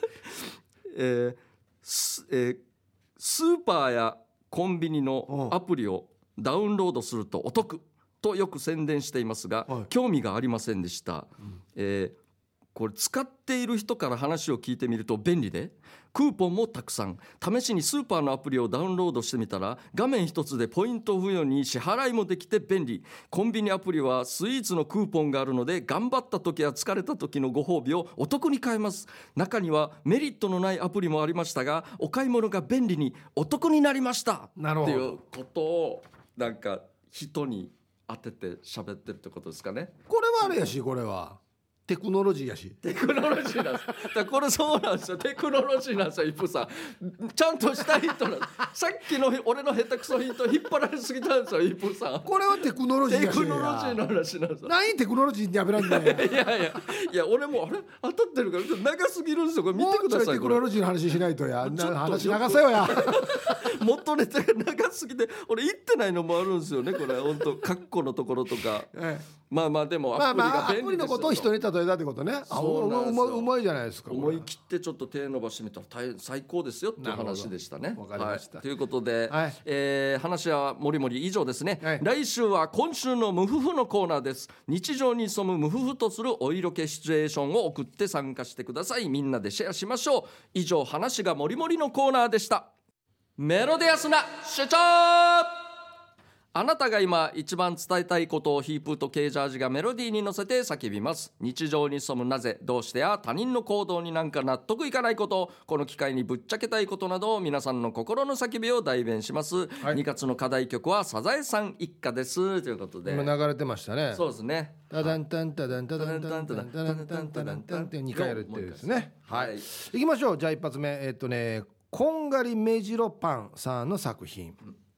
スーパーやコンビニのアプリをダウンロードするとお得とよく宣伝していますが、興味がありませんでした、これ使っている人から話を聞いてみると便利で、クーポンもたくさん。試しにスーパーのアプリをダウンロードしてみたら画面一つでポイント付与に支払いもできて便利。コンビニアプリはスイーツのクーポンがあるので頑張った時や疲れた時のご褒美をお得に買えます。中にはメリットのないアプリもありましたがお買い物が便利にお得になりました。 なるほど。 っていうことをなんか人に当てて喋ってるってことですかね。 これはあれやし、これはテクノロジーやし。 テクノロジーなんです。だこれそうなんですよ。テクノロジーなんですよ。イップさんちゃんとしたヒントなんです。さっきの俺の下手くそヒント引っ張られすぎたんですよ。イップさんこれはテクノロジーやし。 テクノロジーの話なんですよ。 何テクノロジーにやめらんねいや俺もあれ当たってるから長すぎるんですよ。これ見てください。 もうテクノロジーの話しないとや。話長さよや。 元ネタが長すぎて俺言ってないのもあるんですよね。これ本当カッコのところとか、まあでもアプリが便利ですよ。アプリのことを人に例えたってことね。うまいじゃないですか。 思い切ってちょっと手伸ばしてみたら最高ですよっていう話でしたね。 わかりました、 ということで、話はもりもり以上ですね、来週は今週の無夫婦のコーナーです。日常に潜む無夫婦とするお色気シチュエーションを送って参加してください。みんなでシェアしましょう。以上話がもりもりのコーナーでした。メロディアスな主張。あなたが今一番伝えたいことをヒープーとケージャージがメロディーに乗せて叫びます。日常に潜むなぜ、どうしてや他人の行動になんか納得いかないこと、この機会にぶっちゃけたいことなど皆さんの心の叫びを代弁します、2月の課題曲はサザエさん一家ですということで、 今流れてましたね。 そうですね。 タダンタンタダンタダンタンタダンタダンタンタダンタンって2回やるっていうですね。はい、行きましょう。じゃあ一発目こんがりめじろパンさんの作品、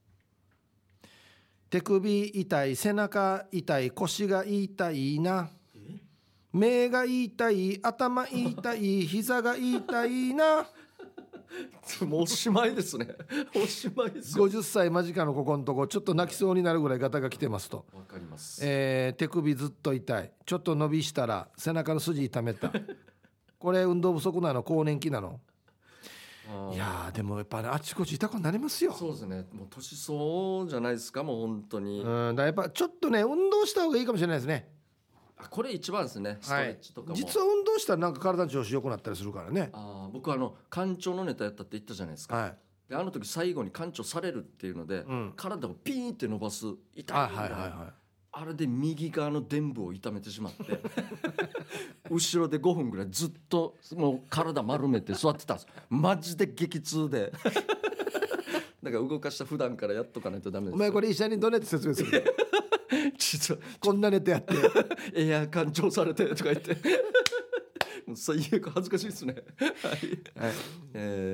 手首痛い、背中痛い、腰が痛いな、目が痛い、頭痛い、膝が痛いな。 もうおしまいですね。おしまいですよ。 50歳間近のここのとこちょっと泣きそうになるぐらいガタが来てますと。 わかります、 手首ずっと痛い、ちょっと伸びしたら背中の筋痛めた。これ運動不足なの、更年期なの。いやでもやっぱりあちこち痛くなりますよ。 そうですね。もう年相じゃないですか。もう本当に。 だやっぱちょっとね運動した方がいいかもしれないですね。 これ一番ですね。ストレッチとかも、 実は運動したらなんか体の調子良くなったりするからね。 僕館長のネタやったって言ったじゃないですか、であの時最後に館長されるっていうので、体をピーンって伸ばす痛い、あれで右側の臀部を痛めてしまって後ろで5分ぐらいずっともう体丸めて座ってたんです。マジで激痛でだから動かした普段からやっとかないとダメです。 お前これ医者にどうやって説明する実はこんなネタやってエア干潮されてとか言ってもう最悪恥ずかしいですねはい、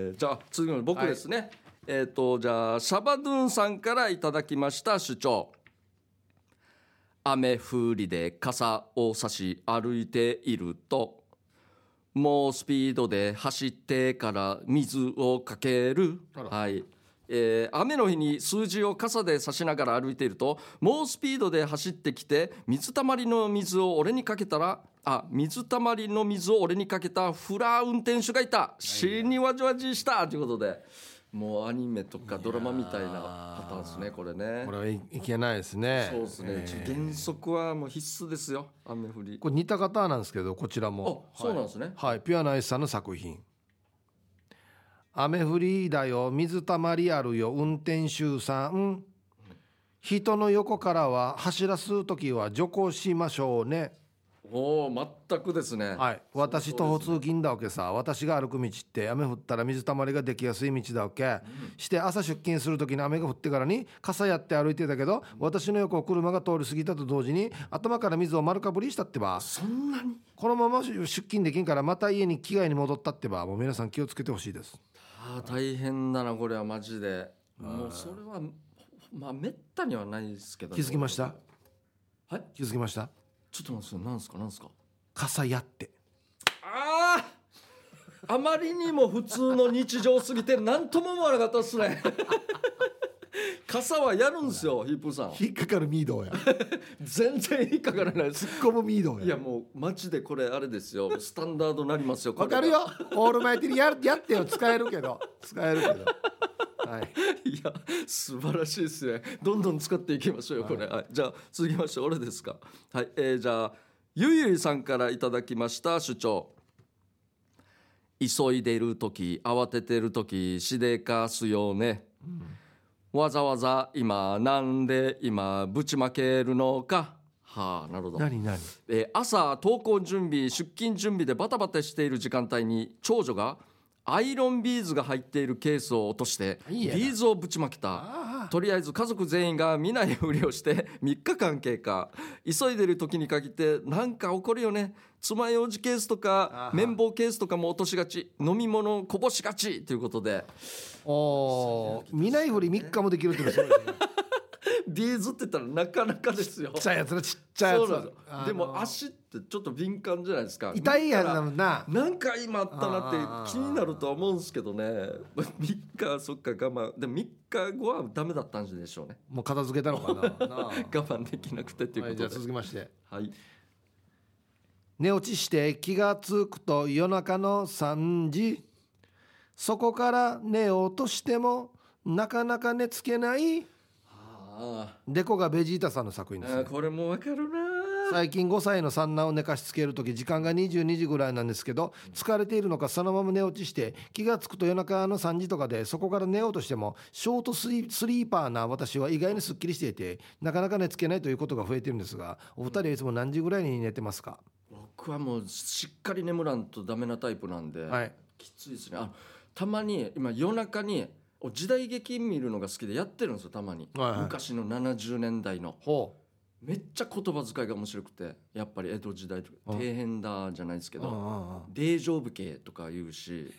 じゃあ次の僕ですね、じゃあシャバドゥンさんからいただきました主張。雨降りで傘を差し歩いていると、猛スピードで走ってから水をかける。はい、雨の日に数字を傘で差しながら歩いていると、猛スピードで走ってきて水たまりの水を俺にかけたら、水たまりの水を俺にかけたフラー運転手がいた。死にわじわじしたということで、もうアニメとかドラマみたいなパターンですねこれね。 これはいけないですね。 そうですね、原則はもう必須ですよ雨降り。 これ似た方なんですけど、こちらもそうなんですね。 はい、ピュアナイスさんの作品。雨降りだよ水たまりあるよ運転手さん、人の横からは走らすときは徐行しましょうね。 おー、全くですね。 はい、私徒歩通勤だわけさ。私が歩く道って雨降ったら水たまりができやすい道だわけ、して朝出勤する時に雨が降ってからに傘やって歩いてたけど、私の横を車が通り過ぎたと同時に頭から水を丸かぶりしたってば。 そんなにこのまま出勤できんからまた家に着替えに戻ったってば。もう皆さん気をつけてほしいです。 大変だなこれはマジで。もうそれはまあめったにはないですけど。 気づきました？ はい、 気づきました？ ちょっと待って、なんですか傘やって。 あまりにも普通の日常すぎて何とも思わなかったっすね傘はやるんですよヒップさん。 引っかかるミードや全然引っかからないです。 突っ込むミードや。 いやもうマジでこれあれですよ、スタンダードになりますよ。 わかるよ、オールマイティにやってよ。使えるけどはい、 いや素晴らしいですね。どんどん使っていきましょうよこれ、はい、じゃあ続きまして俺ですか。はい、じゃあゆいゆいさんからいただきました主張。急いでいる時慌ててる時しでかすよね、わざわざ今なんで今ぶちまけるのか。はあ、なるほど。 何、 朝登校準備出勤準備でバタバタしている時間帯に長女がアイロンビーズが入っているケースを落としてビーズをぶちまけた。とりあえず家族全員が見ないふりをして3日間経過。急いでる時に限ってなんか起こるよね。爪楊枝ケースとか綿棒ケースとかも落としがち、飲み物こぼしがちということで。 見ないふり3日もできるってすごいですねビーズって言ったらなかなかですよ。 ちっちゃいやつでも足ってちょっと敏感じゃないですか。 痛いやつだもんな。 なんか今あったなって気になるとは思うんですけどね。3日そっか我慢。でも3日後はダメだったんでしょうね。 もう片付けたのかな我慢できなくてっていうことで、 はい、じゃあ続きまして、 はい、 寝落ちして気がつくと夜中の3時、そこから寝ようとしてもなかなか寝つけない。デコがベジータさんの作品ですね。 これもわかるな。 最近5歳の三男を寝かしつけるとき時間が22時ぐらいなんですけど、疲れているのかそのまま寝落ちして気がつくと夜中の3時とかで、そこから寝ようとしてもショートスリーパーな私は意外にすっきりしていてなかなか寝つけないということが増えているんですが、お二人はいつも何時ぐらいに寝てますか？ 僕はもうしっかり眠らんとダメなタイプなんで、 はい、 きついですね。たまに今夜中に時代劇見るのが好きでやってるんですよたまに、 はいはい、 昔の70年代のめっちゃ言葉遣いが面白くて、やっぱり江戸時代とか底辺だじゃないですけど大丈夫系とか言うし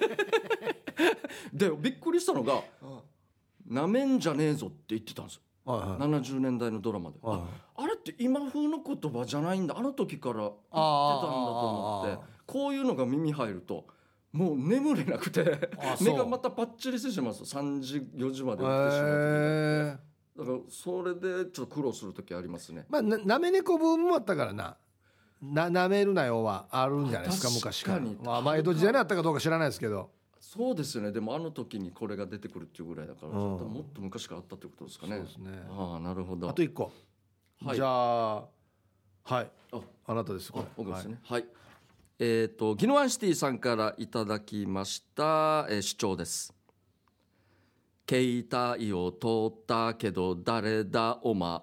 でびっくりしたのがなめんじゃねえぞって言ってたんですよ、70年代のドラマで、あれって今風の言葉じゃないんだ、あの時から言ってたんだと思って、こういうのが耳入るともう眠れなくて目がまたパッチリしてしまうんですよ。3時4時まで起きてしまう時があって、だからそれでちょっと苦労する時ありますね。 まあなめ猫ブームもあったからなめるなよはあるんじゃないですか昔から。まあ江戸時代にあったかどうか知らないですけど。 そうですよね。でもあの時にこれが出てくるっていうぐらいだから、もっと昔からあったってことですかね。 そうですね。 なるほど。 あと1個、はい、じゃあはい、あなたですこれ。 僕ですね。はい、ギノワンシティさんからいただきました、主張です。携帯を取ったけど誰だお前、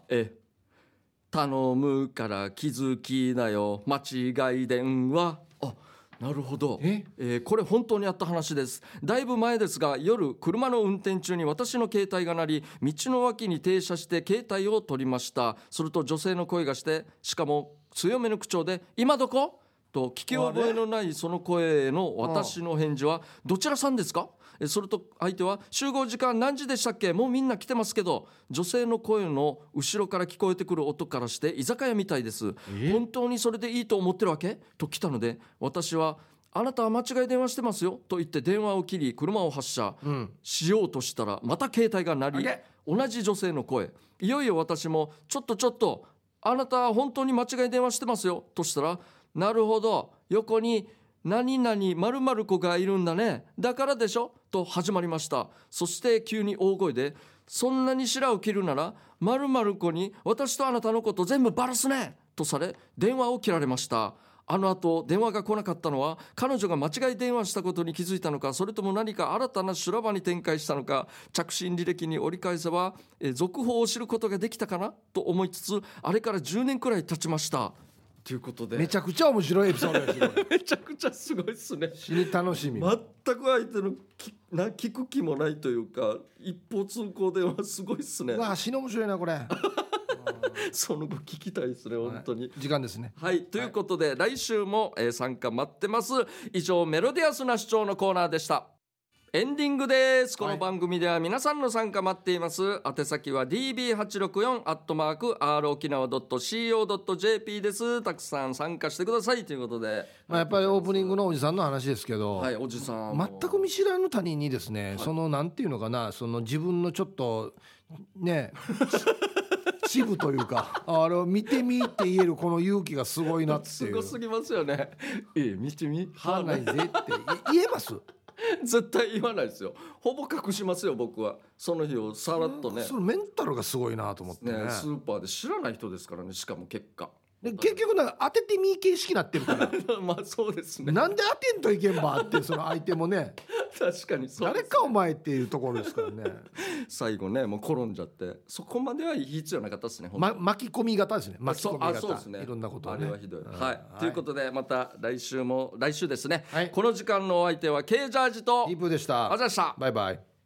頼むから気づきなよ間違い電話。ななるほど。これ本当にあった話です。だいぶ前ですが、夜車の運転中に私の携帯が鳴り、道の脇に停車して携帯を取りました。すると女性の声がして、しかも強めの口調で、今どこと聞き覚えのないその声への私の返事は、どちらさんですか？それと相手は、集合時間何時でしたっけ？もうみんな来てますけど。女性の声の後ろから聞こえてくる音からして居酒屋みたいです。本当にそれでいいと思ってるわけ？と来たので、私は、あなたは間違い電話してますよと言って電話を切り、車を発車しようとしたら、また携帯が鳴り、同じ女性の声。いよいよ私も、ちょっとあなたは本当に間違い電話してますよとしたら、なるほど、横に何々〇〇子がいるんだね、だからでしょと始まりました。そして急に大声で、そんなに白を切るなら〇〇子に私とあなたのこと全部バラすねとされ、電話を切られました。あの後電話が来なかったのは、彼女が間違い電話したことに気づいたのか、それとも何か新たな修羅場に展開したのか、着信履歴に折り返せば続報を知ることができたかなと思いつつ、あれから10年くらい経ちましたということで、 めちゃくちゃ面白いエピソードですよめちゃくちゃすごいですね。 死に楽しみ。 全く相手の聞く気もないというか、一方通行電話すごいっすね。 うわ、死に面白いなこれその後聞きたいですね、本当に。 時間ですね。 はい、ということで、来週も参加待ってます。以上、メロディアスな主張のコーナーでした。エンディングです。この番組では皆さんの参加待っています。宛先は db864@rokinawa.co.jp です。たくさん参加してくださいということで、 やっぱりオープニングのおじさんの話ですけど、 はい、おじさん全く見知らぬ他人にですね、そのなんていうのかな、その自分のちょっとね支部というか、あれを見てみって言えるこの勇気がすごいなっていう。 すごすぎますよね。見てみはないぜって言えます？ 絶対言わないですよ。ほぼ隠しますよ、僕は。その日をさらっとね。 そのメンタルがすごいなと思って ね。 スーパーで知らない人ですからね。しかも結果で結局なんか当ててみー形式になってるからまあそうですね。 なんで当てんといけんばって、その相手もね確かにそうです、ね、 誰かお前っていうところですからね最後ね、もう転んじゃって、そこまでは必要なかったですね、 巻き込み型ですね。巻き込み型。 そうですね、 いろんなことを、 ね、あれはひどい、はい、ということで、また来週ですね、はい、この時間のお相手は K ジャージとイープーでした。 あざした。 バイバイ。